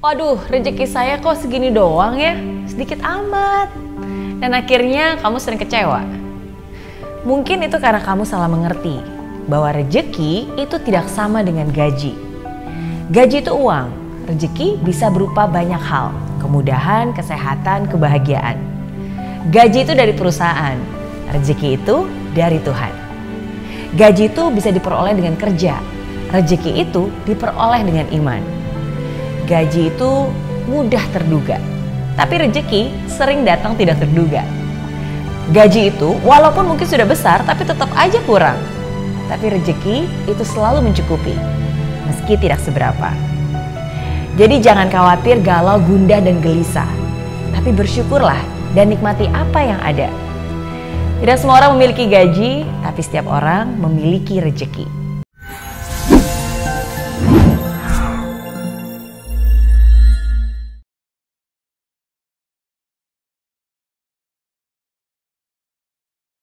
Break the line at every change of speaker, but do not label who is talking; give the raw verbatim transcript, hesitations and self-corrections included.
Waduh, rezeki saya kok segini doang ya, sedikit amat. Dan akhirnya kamu sering kecewa. Mungkin itu karena kamu salah mengerti bahwa rezeki itu tidak sama dengan gaji. Gaji itu uang, rezeki bisa berupa banyak hal, kemudahan, kesehatan, kebahagiaan. Gaji itu dari perusahaan, rezeki itu dari Tuhan. Gaji itu bisa diperoleh dengan kerja, rezeki itu diperoleh dengan iman. Gaji itu mudah terduga, tapi rezeki sering datang tidak terduga. Gaji itu walaupun mungkin sudah besar tapi tetap aja kurang. Tapi rezeki itu selalu mencukupi, meski tidak seberapa. Jadi jangan khawatir, galau, gundah, dan gelisah. Tapi bersyukurlah dan nikmati apa yang ada. Tidak semua orang memiliki gaji, tapi setiap orang memiliki rezeki.